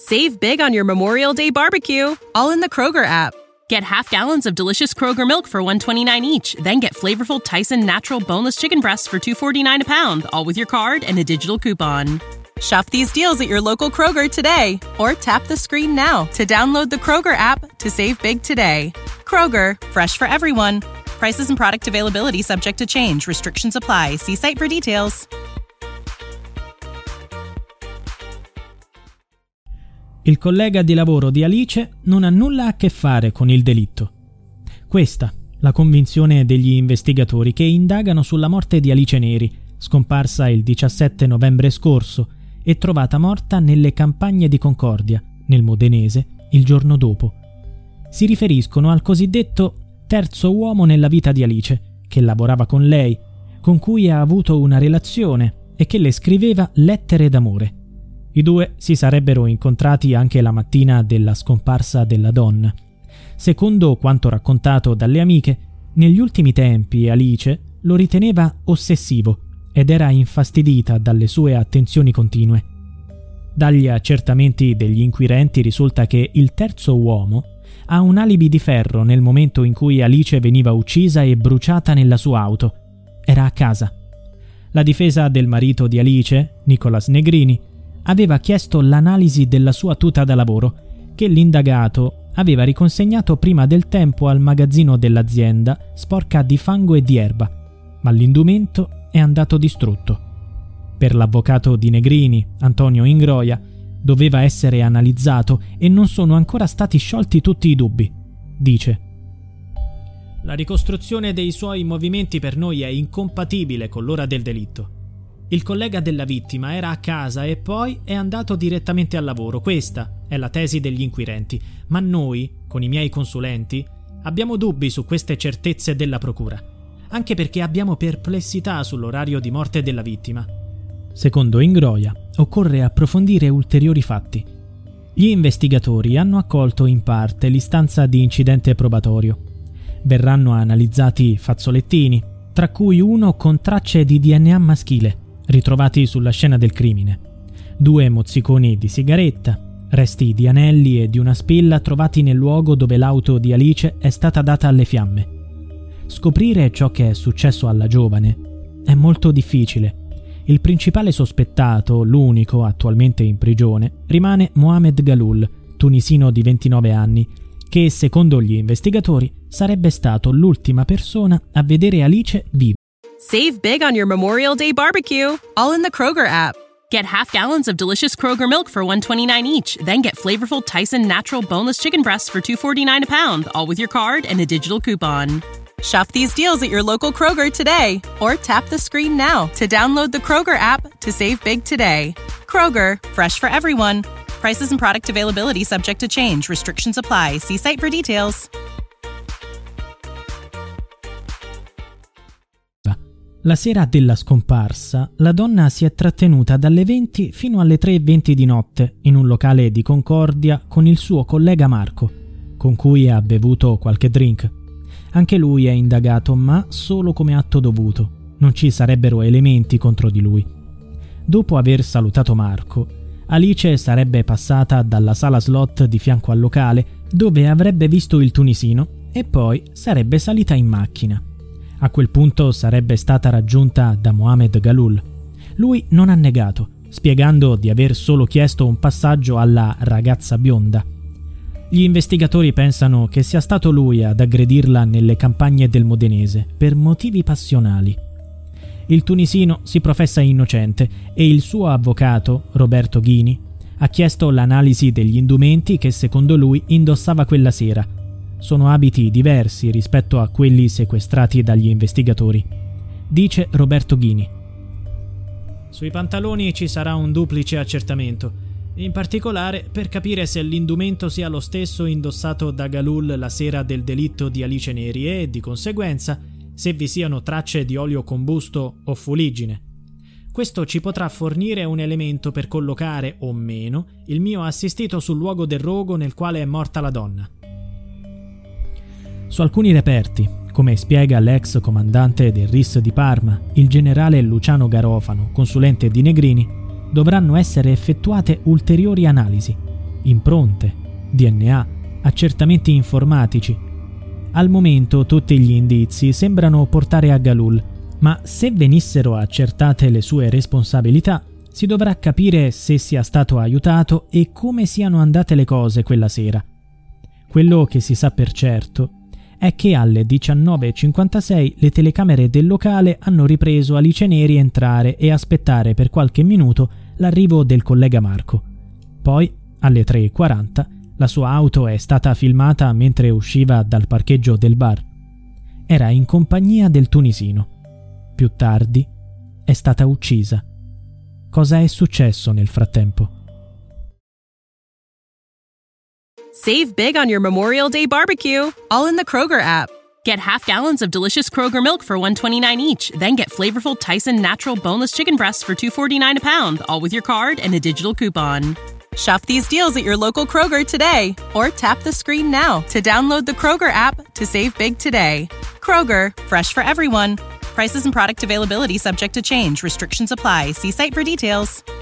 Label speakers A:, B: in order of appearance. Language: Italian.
A: Save big on your Memorial Day barbecue, all in the Kroger app. Get half gallons of delicious Kroger milk for $1.29 each. Then get flavorful Tyson natural boneless chicken breasts for $2.49 a pound, all with your card and a digital coupon. Shop these deals at your local Kroger today, or tap the screen now to download the Kroger app to save big today. Kroger, fresh for everyone. Prices and product availability subject to change. Restrictions apply. See site for details.
B: Il collega di lavoro di Alice non ha nulla a che fare con il delitto. Questa la convinzione degli investigatori che indagano sulla morte di Alice Neri, scomparsa il 17 novembre scorso e trovata morta nelle campagne di Concordia, nel Modenese, il giorno dopo. Si riferiscono al cosiddetto terzo uomo nella vita di Alice, che lavorava con lei, con cui ha avuto una relazione e che le scriveva lettere d'amore. I due si sarebbero incontrati anche la mattina della scomparsa della donna. Secondo quanto raccontato dalle amiche, negli ultimi tempi Alice lo riteneva ossessivo ed era infastidita dalle sue attenzioni continue. Dagli accertamenti degli inquirenti risulta che il terzo uomo ha un alibi di ferro nel momento in cui Alice veniva uccisa e bruciata nella sua auto. Era a casa. La difesa del marito di Alice, Nicolas Negrini, aveva chiesto l'analisi della sua tuta da lavoro, che l'indagato aveva riconsegnato prima del tempo al magazzino dell'azienda sporca di fango e di erba, ma l'indumento è andato distrutto. Per l'avvocato di Negrini, Antonio Ingroia, doveva essere analizzato e non sono ancora stati sciolti tutti i dubbi. Dice: «La ricostruzione dei suoi movimenti per noi è incompatibile con l'ora del delitto. Il collega della vittima era a casa e poi è andato direttamente al lavoro. Questa è la tesi degli inquirenti, ma noi, con i miei consulenti, abbiamo dubbi su queste certezze della procura, anche perché abbiamo perplessità sull'orario di morte della vittima». Secondo Ingroia, occorre approfondire ulteriori fatti. Gli investigatori hanno accolto in parte l'istanza di incidente probatorio. Verranno analizzati fazzolettini, tra cui uno con tracce di DNA maschile, ritrovati sulla scena del crimine, 2 mozziconi di sigaretta, resti di anelli e di una spilla trovati nel luogo dove l'auto di Alice è stata data alle fiamme. Scoprire ciò che è successo alla giovane è molto difficile. Il principale sospettato, l'unico attualmente in prigione, rimane Mohamed Galul, tunisino di 29 anni, che secondo gli investigatori sarebbe stato l'ultima persona a vedere Alice viva.
A: Save big on your Memorial Day barbecue, all in the Kroger app. Get half gallons of delicious Kroger milk for $1.29 each. Then get flavorful Tyson natural boneless chicken breasts for $2.49 a pound, all with your card and a digital coupon. Shop these deals at your local Kroger today, or tap the screen now to download the Kroger app to save big today. Kroger, fresh for everyone. Prices and product availability subject to change. Restrictions apply. See site for details.
B: La sera della scomparsa, la donna si è trattenuta dalle 20 fino alle 3:20 di notte in un locale di Concordia con il suo collega Marco, con cui ha bevuto qualche drink. Anche lui è indagato, ma solo come atto dovuto. Non ci sarebbero elementi contro di lui. Dopo aver salutato Marco, Alice sarebbe passata dalla sala slot di fianco al locale, dove avrebbe visto il tunisino, e poi sarebbe salita in macchina. A quel punto sarebbe stata raggiunta da Mohamed Galul. Lui non ha negato, spiegando di aver solo chiesto un passaggio alla ragazza bionda. Gli investigatori pensano che sia stato lui ad aggredirla nelle campagne del Modenese per motivi passionali. Il tunisino si professa innocente e il suo avvocato, Roberto Ghini, ha chiesto l'analisi degli indumenti che secondo lui indossava quella sera. Sono abiti diversi rispetto a quelli sequestrati dagli investigatori. Dice Roberto Ghini: «Sui pantaloni ci sarà un duplice accertamento, in particolare per capire se l'indumento sia lo stesso indossato da Galul la sera del delitto di Alice Neri e, di conseguenza, se vi siano tracce di olio combusto o fuliggine. Questo ci potrà fornire un elemento per collocare o meno il mio assistito sul luogo del rogo nel quale è morta la donna». Su alcuni reperti, come spiega l'ex comandante del RIS di Parma, il generale Luciano Garofano, consulente di Negrini, dovranno essere effettuate ulteriori analisi. impronte, DNA, accertamenti informatici. Al momento tutti gli indizi sembrano portare a Galul, ma se venissero accertate le sue responsabilità, si dovrà capire se sia stato aiutato e come siano andate le cose quella sera. Quello che si sa per certo è che alle 19:56 le telecamere del locale hanno ripreso Alice Neri entrare e aspettare per qualche minuto l'arrivo del collega Marco. Poi, alle 3:40, la sua auto è stata filmata mentre usciva dal parcheggio del bar. Era in compagnia del tunisino. Più tardi è stata uccisa. Cosa è successo nel frattempo?
A: Save big on your Memorial Day barbecue, all in the Kroger app. Get half gallons of delicious Kroger milk for $1.29 each, then get flavorful Tyson natural boneless chicken breasts for $2.49 a pound, all with your card and a digital coupon. Shop these deals at your local Kroger today, or tap the screen now to download the Kroger app to save big today. Kroger, fresh for everyone. Prices and product availability subject to change. Restrictions apply. See site for details.